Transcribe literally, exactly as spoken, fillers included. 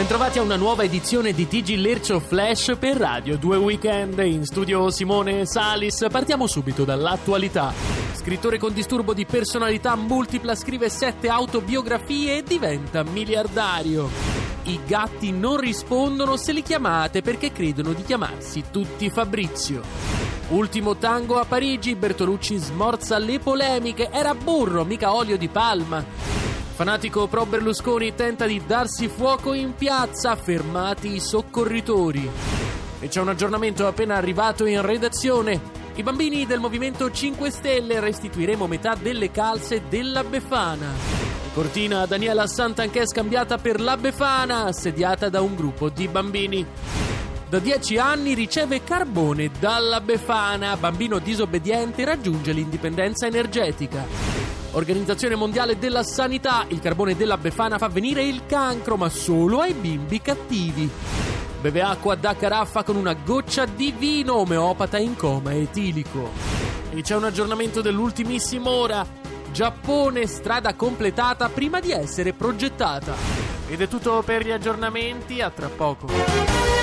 Bentrovati a una nuova edizione di T G Lercio Flash per Radio due Weekend. In studio Simone Salis. Partiamo subito dall'attualità. Scrittore con disturbo di personalità multipla, scrive sette autobiografie e diventa miliardario. I gatti non rispondono se li chiamate perché credono di chiamarsi tutti Fabrizio. Ultimo tango a Parigi, Bertolucci smorza le polemiche, era burro, mica olio di palma. Fanatico pro Berlusconi tenta di darsi fuoco in piazza, fermati i soccorritori. E c'è un aggiornamento appena arrivato in redazione. I bambini del Movimento cinque Stelle, restituiremo metà delle calze della Befana. Cortina Daniela Santanchè scambiata per la Befana, assediata da un gruppo di bambini. Da dieci anni riceve carbone dalla Befana, bambino disobbediente raggiunge l'indipendenza energetica. Organizzazione Mondiale della Sanità, il carbone della Befana fa venire il cancro, ma solo ai bimbi cattivi. Beve acqua da caraffa con una goccia di vino, omeopata in coma etilico. E c'è un aggiornamento dell'ultimissima ora. Giappone, strada completata prima di essere progettata. Ed è tutto per gli aggiornamenti, a tra poco.